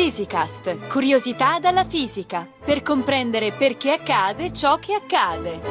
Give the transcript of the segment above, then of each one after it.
Fisicast, curiosità dalla fisica, per comprendere perché accade ciò che accade.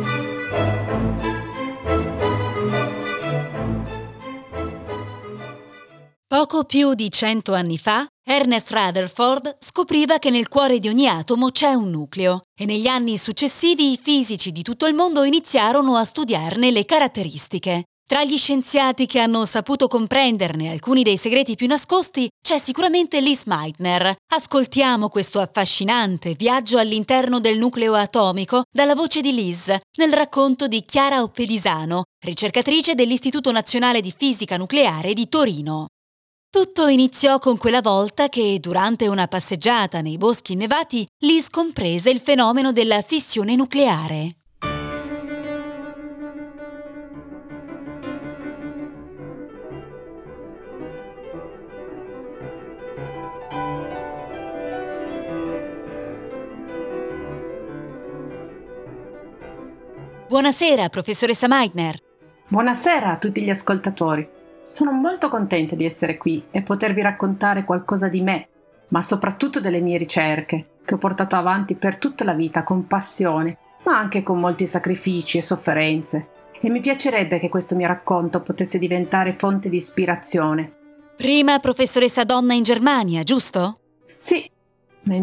Poco più di 100 anni fa, Ernest Rutherford scopriva che nel cuore di ogni atomo c'è un nucleo e negli anni successivi i fisici di tutto il mondo iniziarono a studiarne le caratteristiche. Tra gli scienziati che hanno saputo comprenderne alcuni dei segreti più nascosti c'è sicuramente Lise Meitner. Ascoltiamo questo affascinante viaggio all'interno del nucleo atomico dalla voce di Lise nel racconto di Chiara Oppedisano, ricercatrice dell'Istituto Nazionale di Fisica Nucleare di Torino. Tutto iniziò con quella volta che, durante una passeggiata nei boschi innevati, Lise comprese il fenomeno della fissione nucleare. Buonasera, professoressa Meitner. Buonasera a tutti gli ascoltatori. Sono molto contenta di essere qui e potervi raccontare qualcosa di me, ma soprattutto delle mie ricerche, che ho portato avanti per tutta la vita con passione, ma anche con molti sacrifici e sofferenze. E mi piacerebbe che questo mio racconto potesse diventare fonte di ispirazione. Prima professoressa donna in Germania, giusto? Sì. Nel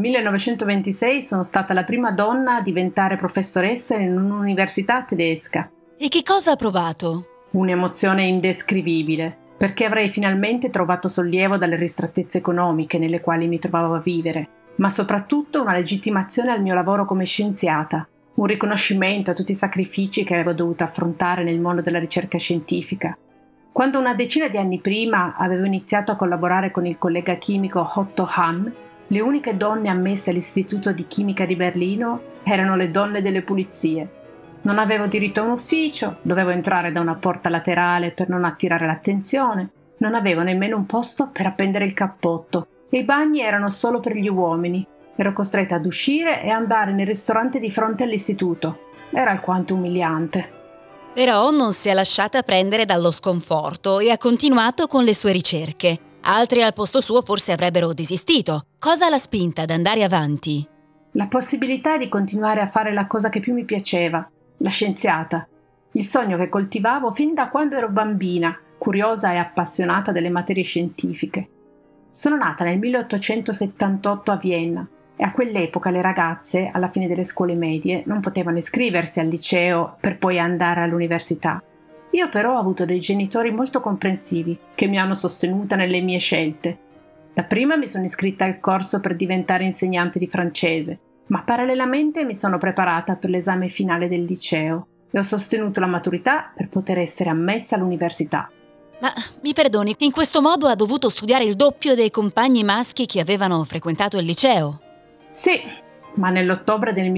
1926 sono stata la prima donna a diventare professoressa in un'università tedesca. E che cosa ha provato? Un'emozione indescrivibile, perché avrei finalmente trovato sollievo dalle ristrettezze economiche nelle quali mi trovavo a vivere, ma soprattutto una legittimazione al mio lavoro come scienziata, un riconoscimento a tutti i sacrifici che avevo dovuto affrontare nel mondo della ricerca scientifica. Quando una decina di anni prima avevo iniziato a collaborare con il collega chimico Otto Hahn, le uniche donne ammesse all'Istituto di Chimica di Berlino erano le donne delle pulizie. Non avevo diritto a un ufficio, dovevo entrare da una porta laterale per non attirare l'attenzione, non avevo nemmeno un posto per appendere il cappotto e i bagni erano solo per gli uomini. Ero costretta ad uscire e andare nel ristorante di fronte all'istituto. Era alquanto umiliante. Però non si è lasciata prendere dallo sconforto e ha continuato con le sue ricerche. Altri al posto suo forse avrebbero desistito. Cosa l'ha spinta ad andare avanti? La possibilità di continuare a fare la cosa che più mi piaceva, la scienziata. Il sogno che coltivavo fin da quando ero bambina, curiosa e appassionata delle materie scientifiche. Sono nata nel 1878 a Vienna e a quell'epoca le ragazze, alla fine delle scuole medie, non potevano iscriversi al liceo per poi andare all'università. Io però ho avuto dei genitori molto comprensivi che mi hanno sostenuta nelle mie scelte. Dapprima mi sono iscritta al corso per diventare insegnante di francese, ma parallelamente mi sono preparata per l'esame finale del liceo e ho sostenuto la maturità per poter essere ammessa all'università. Ma mi perdoni, in questo modo ha dovuto studiare il doppio dei compagni maschi che avevano frequentato il liceo? Sì, ma nell'ottobre del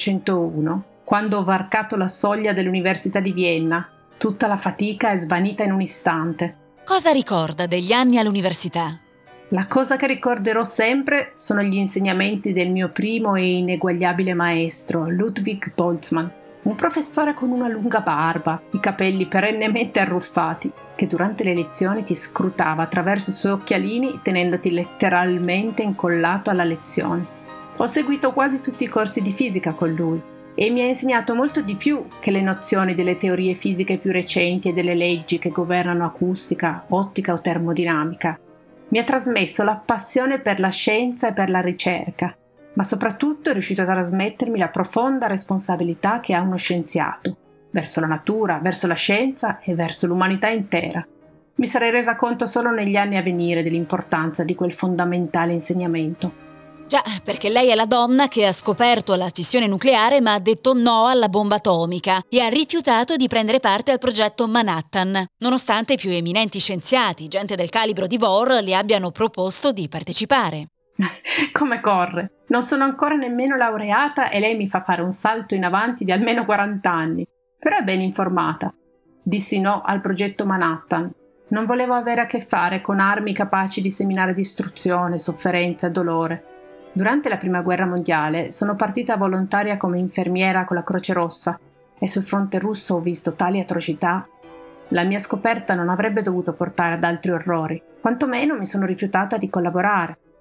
1901, quando ho varcato la soglia dell'Università di Vienna, tutta la fatica è svanita in un istante. Cosa ricorda degli anni all'università? La cosa che ricorderò sempre sono gli insegnamenti del mio primo e ineguagliabile maestro, Ludwig Boltzmann, un professore con una lunga barba, i capelli perennemente arruffati, che durante le lezioni ti scrutava attraverso i suoi occhialini tenendoti letteralmente incollato alla lezione. Ho seguito quasi tutti i corsi di fisica con lui e mi ha insegnato molto di più che le nozioni delle teorie fisiche più recenti e delle leggi che governano acustica, ottica o termodinamica. Mi ha trasmesso la passione per la scienza e per la ricerca, ma soprattutto è riuscito a trasmettermi la profonda responsabilità che ha uno scienziato, verso la natura, verso la scienza e verso l'umanità intera. Mi sarei resa conto solo negli anni a venire dell'importanza di quel fondamentale insegnamento. Già, perché lei è la donna che ha scoperto la fissione nucleare ma ha detto no alla bomba atomica e ha rifiutato di prendere parte al progetto Manhattan, nonostante i più eminenti scienziati, gente del calibro di Bohr, le abbiano proposto di partecipare. Come corre? Non sono ancora nemmeno laureata e lei mi fa fare un salto in avanti di almeno 40 anni. Però è ben informata. Dissi no al progetto Manhattan. Non volevo avere a che fare con armi capaci di seminare distruzione, sofferenza e dolore. Durante la Prima Guerra Mondiale sono partita volontaria come infermiera con la Croce Rossa e sul fronte russo ho visto tali atrocità. La mia scoperta non avrebbe dovuto portare ad altri orrori, quantomeno mi sono rifiutata di collaborare.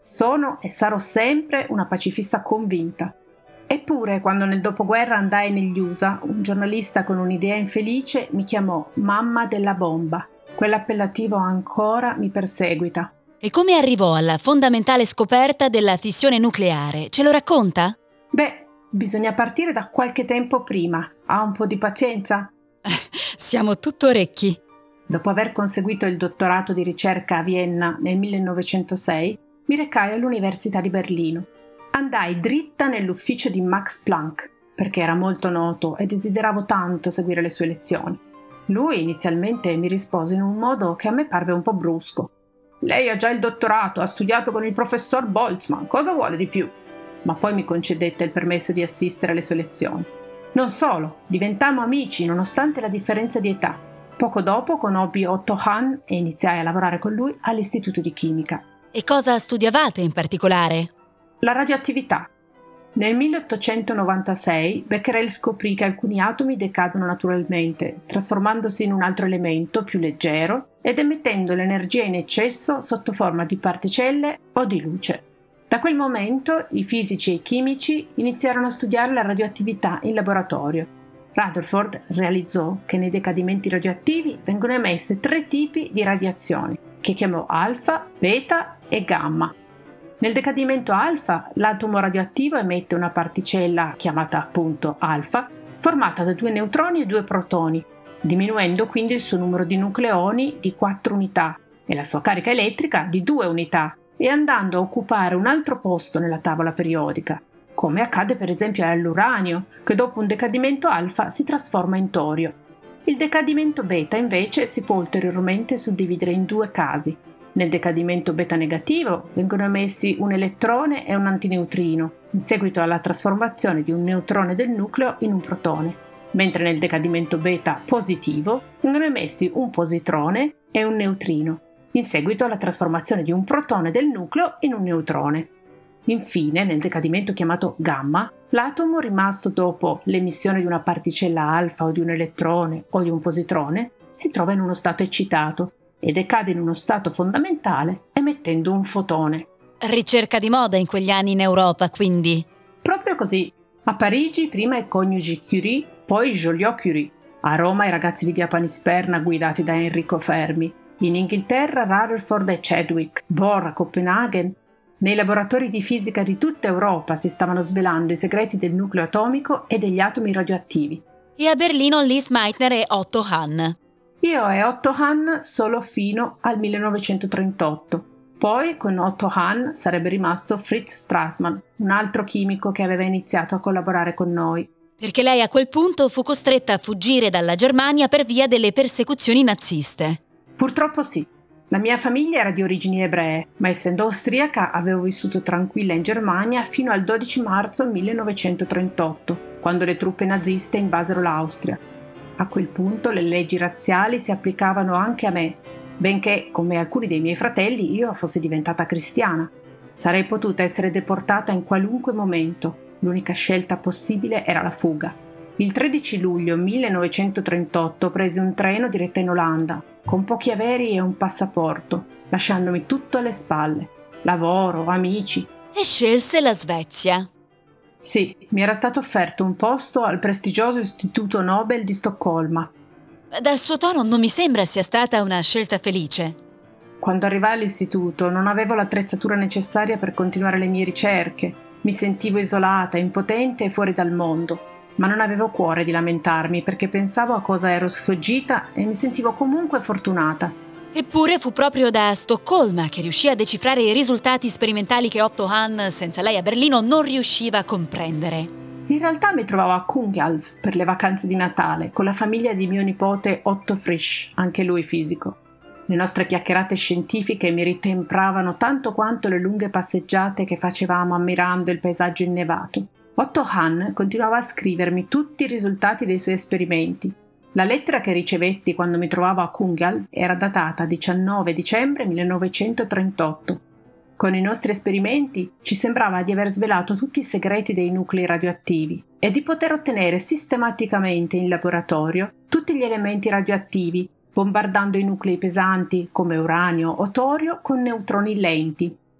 Sono e sarò sempre una pacifista convinta. Eppure, quando nel dopoguerra andai negli USA, un giornalista con un'idea infelice mi chiamò mamma della bomba. Quell'appellativo ancora mi perseguita. E come arrivò alla fondamentale scoperta della fissione nucleare? Ce lo racconta? Beh, bisogna partire da qualche tempo prima. Ha un po' di pazienza? Siamo tutto orecchi. Dopo aver conseguito il dottorato di ricerca a Vienna nel 1906, mi recai all'Università di Berlino. Andai dritta nell'ufficio di Max Planck, perché era molto noto e desideravo tanto seguire le sue lezioni. Lui inizialmente mi rispose in un modo che a me parve un po' brusco. «Lei ha già il dottorato, ha studiato con il professor Boltzmann, cosa vuole di più?» Ma poi mi concedette il permesso di assistere alle sue lezioni. Non solo, diventammo amici nonostante la differenza di età. Poco dopo conobbi Otto Hahn e iniziai a lavorare con lui all'Istituto di Chimica. E cosa studiavate in particolare? La radioattività. Nel 1896 Becquerel scoprì che alcuni atomi decadono naturalmente, trasformandosi in un altro elemento più leggero ed emettendo l'energia in eccesso sotto forma di particelle o di luce. Da quel momento i fisici e i chimici iniziarono a studiare la radioattività in laboratorio. Rutherford realizzò che nei decadimenti radioattivi vengono emesse 3 tipi di radiazioni, che chiamò alfa, beta e gamma. Nel decadimento alfa, l'atomo radioattivo emette una particella chiamata appunto alfa, formata da 2 neutroni e 2 protoni, diminuendo quindi il suo numero di nucleoni di 4 unità e la sua carica elettrica di 2 unità, e andando a occupare un altro posto nella tavola periodica, come accade per esempio all'uranio, che dopo un decadimento alfa si trasforma in torio. Il decadimento beta invece si può ulteriormente suddividere in 2 casi. Nel decadimento beta negativo vengono emessi un elettrone e un antineutrino, in seguito alla trasformazione di un neutrone del nucleo in un protone, mentre nel decadimento beta positivo vengono emessi un positrone e un neutrino, in seguito alla trasformazione di un protone del nucleo in un neutrone. Infine, nel decadimento chiamato gamma, l'atomo rimasto dopo l'emissione di una particella alfa o di un elettrone o di un positrone si trova in uno stato eccitato e decade in uno stato fondamentale emettendo un fotone. Ricerca di moda in quegli anni in Europa, quindi. Proprio così. A Parigi prima i coniugi Curie, poi Joliot-Curie. A Roma i ragazzi di via Panisperna guidati da Enrico Fermi. In Inghilterra Rutherford e Chadwick, Bohr a Copenaghen. Nei laboratori di fisica di tutta Europa si stavano svelando i segreti del nucleo atomico e degli atomi radioattivi. E a Berlino Lise Meitner e Otto Hahn. Io e Otto Hahn solo fino al 1938. Poi con Otto Hahn sarebbe rimasto Fritz Strassmann, un altro chimico che aveva iniziato a collaborare con noi. Perché lei a quel punto fu costretta a fuggire dalla Germania per via delle persecuzioni naziste. Purtroppo sì. La mia famiglia era di origini ebree, ma essendo austriaca avevo vissuto tranquilla in Germania fino al 12 marzo 1938, quando le truppe naziste invasero l'Austria. A quel punto le leggi razziali si applicavano anche a me, benché, come alcuni dei miei fratelli, io fossi diventata cristiana. Sarei potuta essere deportata in qualunque momento. L'unica scelta possibile era la fuga. Il 13 luglio 1938 presi un treno diretto in Olanda, con pochi averi e un passaporto, lasciandomi tutto alle spalle. Lavoro, amici. E scelse la Svezia. Sì, mi era stato offerto un posto al prestigioso Istituto Nobel di Stoccolma. Dal suo tono non mi sembra sia stata una scelta felice. Quando arrivai all'istituto non avevo l'attrezzatura necessaria per continuare le mie ricerche. Mi sentivo isolata, impotente e fuori dal mondo. Ma non avevo cuore di lamentarmi perché pensavo a cosa ero sfuggita e mi sentivo comunque fortunata. Eppure fu proprio da Stoccolma che riuscì a decifrare i risultati sperimentali che Otto Hahn, senza lei a Berlino, non riusciva a comprendere. In realtà mi trovavo a Kungälv per le vacanze di Natale con la famiglia di mio nipote Otto Frisch, anche lui fisico. Le nostre chiacchierate scientifiche mi ritempravano tanto quanto le lunghe passeggiate che facevamo ammirando il paesaggio innevato. Otto Hahn continuava a scrivermi tutti i risultati dei suoi esperimenti. La lettera che ricevetti quando mi trovavo a Kungälv era datata 19 dicembre 1938. Con i nostri esperimenti ci sembrava di aver svelato tutti i segreti dei nuclei radioattivi e di poter ottenere sistematicamente in laboratorio tutti gli elementi radioattivi, bombardando i nuclei pesanti come uranio o torio con neutroni lenti.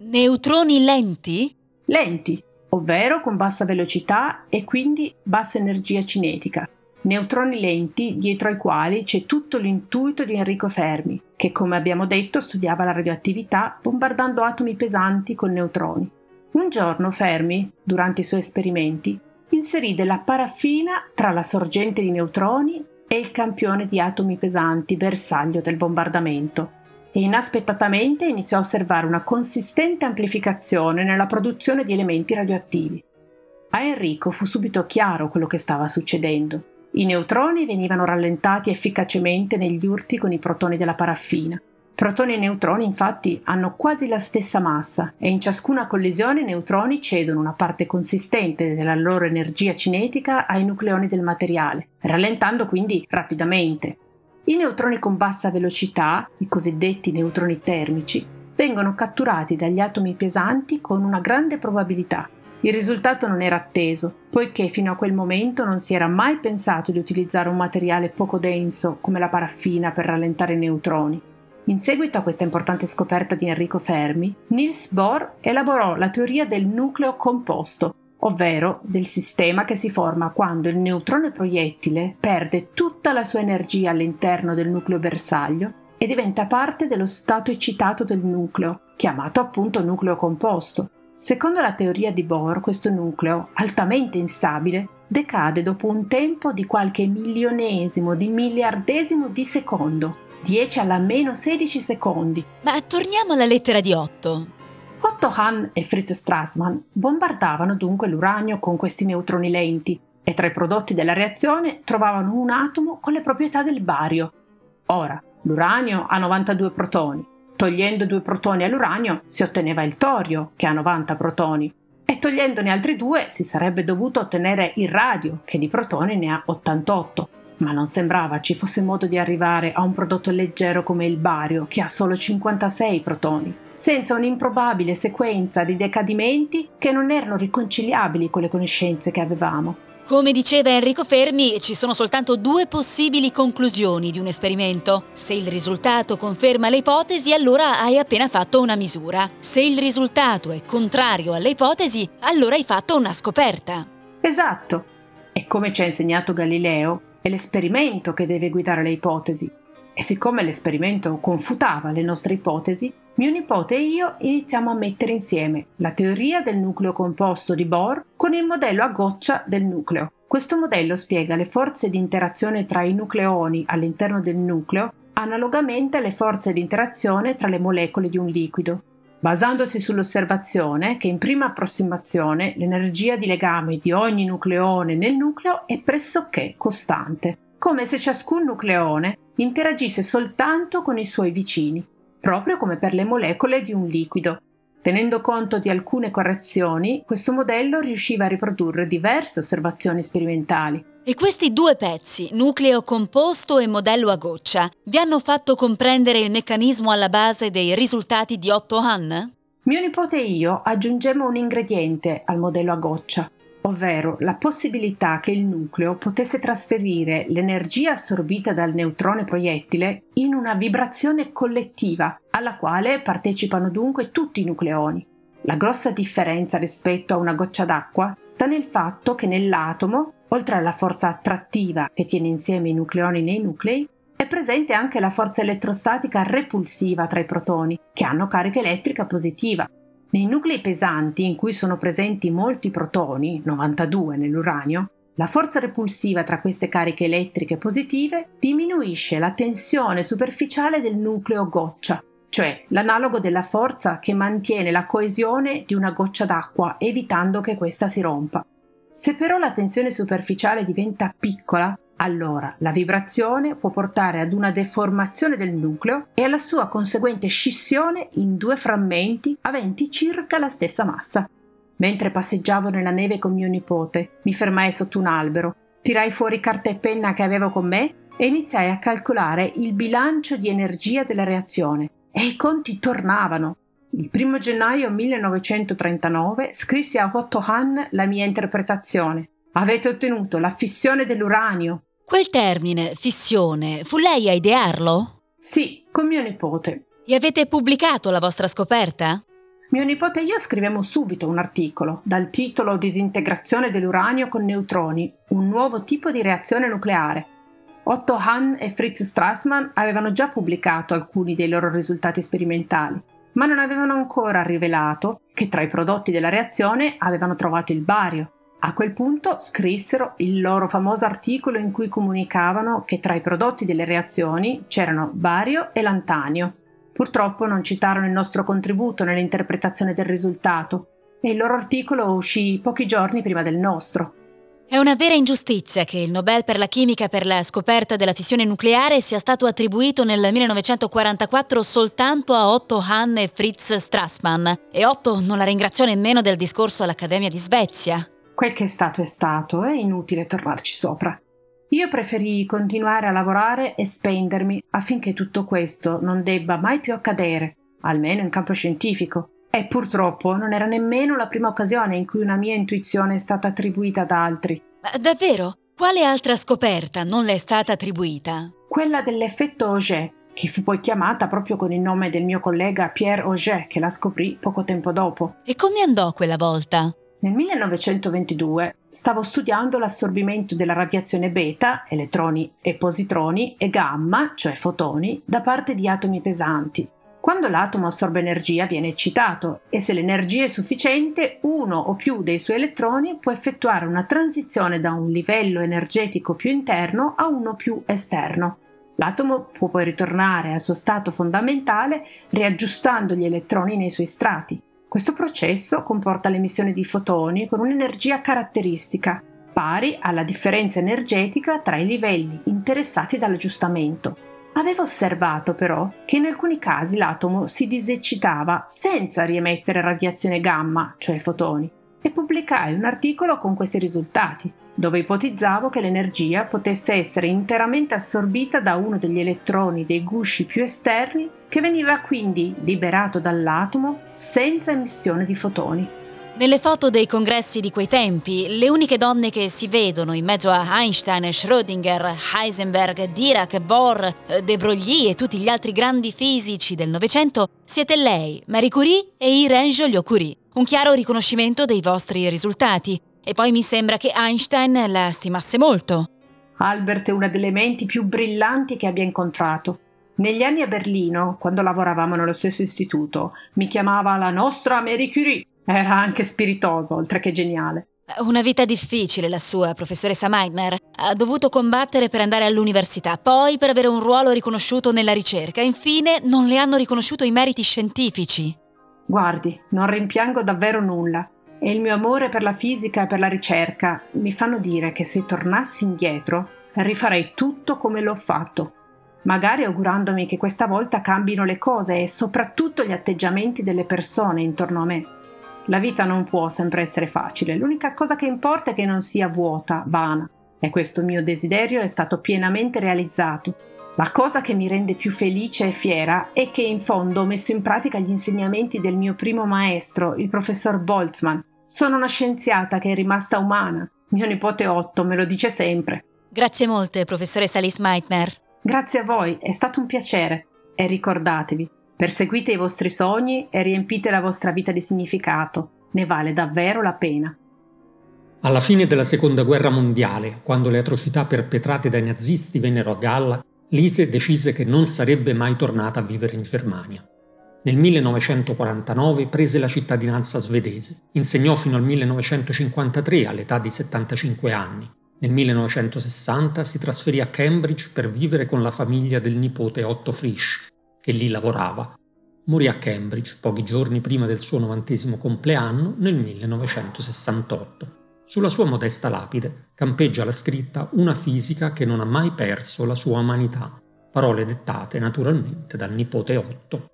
Neutroni lenti? Lenti, ovvero con bassa velocità e quindi bassa energia cinetica. Neutroni lenti dietro ai quali c'è tutto l'intuito di Enrico Fermi, che come abbiamo detto studiava la radioattività bombardando atomi pesanti con neutroni. Un giorno Fermi, durante i suoi esperimenti, inserì della paraffina tra la sorgente di neutroni e il campione di atomi pesanti bersaglio del bombardamento e inaspettatamente iniziò a osservare una consistente amplificazione nella produzione di elementi radioattivi. A Enrico fu subito chiaro quello che stava succedendo. I neutroni venivano rallentati efficacemente negli urti con i protoni della paraffina. Protoni e neutroni infatti hanno quasi la stessa massa e in ciascuna collisione i neutroni cedono una parte consistente della loro energia cinetica ai nucleoni del materiale, rallentando quindi rapidamente. I neutroni con bassa velocità, i cosiddetti neutroni termici, vengono catturati dagli atomi pesanti con una grande probabilità. Il risultato non era atteso, poiché fino a quel momento non si era mai pensato di utilizzare un materiale poco denso come la paraffina per rallentare i neutroni. In seguito a questa importante scoperta di Enrico Fermi, Niels Bohr elaborò la teoria del nucleo composto, ovvero del sistema che si forma quando il neutrone proiettile perde tutta la sua energia all'interno del nucleo bersaglio e diventa parte dello stato eccitato del nucleo, chiamato appunto nucleo composto. Secondo la teoria di Bohr, questo nucleo, altamente instabile, decade dopo un tempo di qualche milionesimo di miliardesimo di secondo, 10 alla meno 16 secondi. Ma torniamo alla lettera di Otto. Otto Hahn e Fritz Strassmann bombardavano dunque l'uranio con questi neutroni lenti e tra i prodotti della reazione trovavano un atomo con le proprietà del bario. Ora, l'uranio ha 92 protoni. Togliendo 2 protoni all'uranio si otteneva il torio, che ha 90 protoni, e togliendone altri 2 si sarebbe dovuto ottenere il radio, che di protoni ne ha 88. Ma non sembrava ci fosse modo di arrivare a un prodotto leggero come il bario, che ha solo 56 protoni, senza un'improbabile sequenza di decadimenti che non erano riconciliabili con le conoscenze che avevamo. Come diceva Enrico Fermi, ci sono soltanto 2 possibili conclusioni di un esperimento. Se il risultato conferma le ipotesi, allora hai appena fatto una misura. Se il risultato è contrario alle ipotesi, allora hai fatto una scoperta. Esatto. E come ci ha insegnato Galileo, è l'esperimento che deve guidare le ipotesi. E siccome l'esperimento confutava le nostre ipotesi, mio nipote e io iniziamo a mettere insieme la teoria del nucleo composto di Bohr con il modello a goccia del nucleo. Questo modello spiega le forze di interazione tra i nucleoni all'interno del nucleo analogamente alle forze di interazione tra le molecole di un liquido, basandosi sull'osservazione che in prima approssimazione l'energia di legame di ogni nucleone nel nucleo è pressoché costante, come se ciascun nucleone interagisse soltanto con i suoi vicini, proprio come per le molecole di un liquido. Tenendo conto di alcune correzioni, questo modello riusciva a riprodurre diverse osservazioni sperimentali. E questi 2 pezzi, nucleo composto e modello a goccia, vi hanno fatto comprendere il meccanismo alla base dei risultati di Otto Hahn? Mio nipote e io aggiungemmo un ingrediente al modello a goccia, ovvero la possibilità che il nucleo potesse trasferire l'energia assorbita dal neutrone proiettile in una vibrazione collettiva, alla quale partecipano dunque tutti i nucleoni. La grossa differenza rispetto a una goccia d'acqua sta nel fatto che nell'atomo, oltre alla forza attrattiva che tiene insieme i nucleoni nei nuclei, è presente anche la forza elettrostatica repulsiva tra i protoni, che hanno carica elettrica positiva. Nei nuclei pesanti, in cui sono presenti molti protoni, 92 nell'uranio, la forza repulsiva tra queste cariche elettriche positive diminuisce la tensione superficiale del nucleo goccia, cioè l'analogo della forza che mantiene la coesione di una goccia d'acqua evitando che questa si rompa. Se però la tensione superficiale diventa piccola, allora la vibrazione può portare ad una deformazione del nucleo e alla sua conseguente scissione in 2 frammenti aventi circa la stessa massa. Mentre passeggiavo nella neve con mio nipote, mi fermai sotto un albero, tirai fuori carta e penna che avevo con me e iniziai a calcolare il bilancio di energia della reazione. E i conti tornavano. Il 1 gennaio 1939 scrissi a Otto Hahn la mia interpretazione. Avete ottenuto la fissione dell'uranio. Quel termine, fissione, fu lei a idearlo? Sì, con mio nipote. E avete pubblicato la vostra scoperta? Mio nipote e io scrivemmo subito un articolo, dal titolo Disintegrazione dell'uranio con neutroni, un nuovo tipo di reazione nucleare. Otto Hahn e Fritz Strassmann avevano già pubblicato alcuni dei loro risultati sperimentali, ma non avevano ancora rivelato che tra i prodotti della reazione avevano trovato il bario. A quel punto scrissero il loro famoso articolo in cui comunicavano che tra i prodotti delle reazioni c'erano bario e lantanio. Purtroppo non citarono il nostro contributo nell'interpretazione del risultato e il loro articolo uscì pochi giorni prima del nostro. È una vera ingiustizia che il Nobel per la chimica per la scoperta della fissione nucleare sia stato attribuito nel 1944 soltanto a Otto Hahn e Fritz Strassmann, e Otto non la ringraziò nemmeno del discorso all'Accademia di Svezia. Quel che è stato, è inutile tornarci sopra. Io preferii continuare a lavorare e spendermi affinché tutto questo non debba mai più accadere, almeno in campo scientifico. E purtroppo non era nemmeno la prima occasione in cui una mia intuizione è stata attribuita ad altri. Ma davvero? Quale altra scoperta non le è stata attribuita? Quella dell'effetto Auger, che fu poi chiamata proprio con il nome del mio collega Pierre Auger, che la scoprì poco tempo dopo. E come andò quella volta? Nel 1922 stavo studiando l'assorbimento della radiazione beta, elettroni e positroni, e gamma, cioè fotoni, da parte di atomi pesanti. Quando l'atomo assorbe energia viene eccitato e se l'energia è sufficiente, uno o più dei suoi elettroni può effettuare una transizione da un livello energetico più interno a uno più esterno. L'atomo può poi ritornare al suo stato fondamentale riaggiustando gli elettroni nei suoi strati. Questo processo comporta l'emissione di fotoni con un'energia caratteristica, pari alla differenza energetica tra i livelli interessati dall'aggiustamento. Avevo osservato però che in alcuni casi l'atomo si diseccitava senza riemettere radiazione gamma, cioè fotoni, e pubblicai un articolo con questi risultati, dove ipotizzavo che l'energia potesse essere interamente assorbita da uno degli elettroni dei gusci più esterni che veniva quindi liberato dall'atomo senza emissione di fotoni. Nelle foto dei congressi di quei tempi, le uniche donne che si vedono in mezzo a Einstein, Schrödinger, Heisenberg, Dirac, Bohr, de Broglie e tutti gli altri grandi fisici del Novecento siete lei, Marie Curie e Irène Joliot-Curie. Un chiaro riconoscimento dei vostri risultati. E poi mi sembra che Einstein la stimasse molto. Albert è una delle menti più brillanti che abbia incontrato. Negli anni a Berlino, quando lavoravamo nello stesso istituto, mi chiamava la nostra Marie Curie. Era anche spiritoso, oltre che geniale. Una vita difficile la sua, professoressa Meitner. Ha dovuto combattere per andare all'università, poi per avere un ruolo riconosciuto nella ricerca. Infine non le hanno riconosciuto i meriti scientifici. Guardi, non rimpiango davvero nulla. E il mio amore per la fisica e per la ricerca mi fanno dire che se tornassi indietro rifarei tutto come l'ho fatto. Magari augurandomi che questa volta cambino le cose e soprattutto gli atteggiamenti delle persone intorno a me. La vita non può sempre essere facile, l'unica cosa che importa è che non sia vuota, vana, e questo mio desiderio è stato pienamente realizzato. La cosa che mi rende più felice e fiera è che in fondo ho messo in pratica gli insegnamenti del mio primo maestro, il professor Boltzmann. Sono una scienziata che è rimasta umana. Mio nipote Otto me lo dice sempre. Grazie molte, professoressa Alice Meitner. Grazie a voi, è stato un piacere. E ricordatevi, perseguite i vostri sogni e riempite la vostra vita di significato. Ne vale davvero la pena. Alla fine della Seconda Guerra Mondiale, quando le atrocità perpetrate dai nazisti vennero a galla, Lise decise che non sarebbe mai tornata a vivere in Germania. Nel 1949 prese la cittadinanza svedese, insegnò fino al 1953 all'età di 75 anni. Nel 1960 si trasferì a Cambridge per vivere con la famiglia del nipote Otto Frisch, che lì lavorava. Morì a Cambridge pochi giorni prima del suo 90° compleanno nel 1968. Sulla sua modesta lapide campeggia la scritta «Una fisica che non ha mai perso la sua umanità», parole dettate naturalmente dal nipote Otto.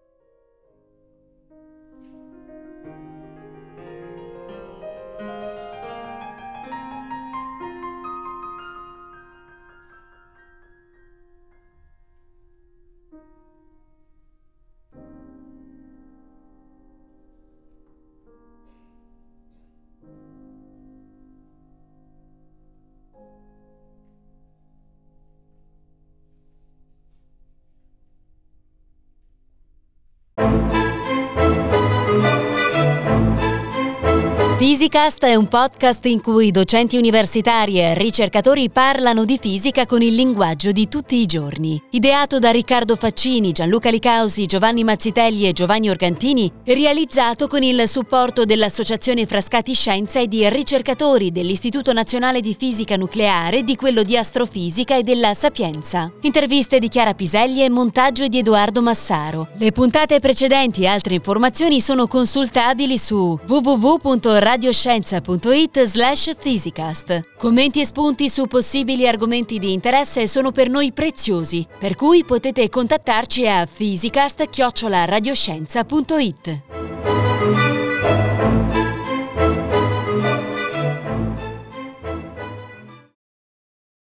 Physicast è un podcast in cui docenti universitari e ricercatori parlano di fisica con il linguaggio di tutti i giorni. Ideato da Riccardo Faccini, Gianluca Licausi, Giovanni Mazzitelli e Giovanni Organtini, è realizzato con il supporto dell'Associazione Frascati Scienza e di ricercatori dell'Istituto Nazionale di Fisica Nucleare, di quello di Astrofisica e della Sapienza. Interviste di Chiara Piselli e montaggio di Edoardo Massaro. Le puntate precedenti e altre informazioni sono consultabili su www.radioscienza.it/physicast. Commenti e spunti su possibili argomenti di interesse sono per noi preziosi, per cui potete contattarci a physicast@radioscienza.it.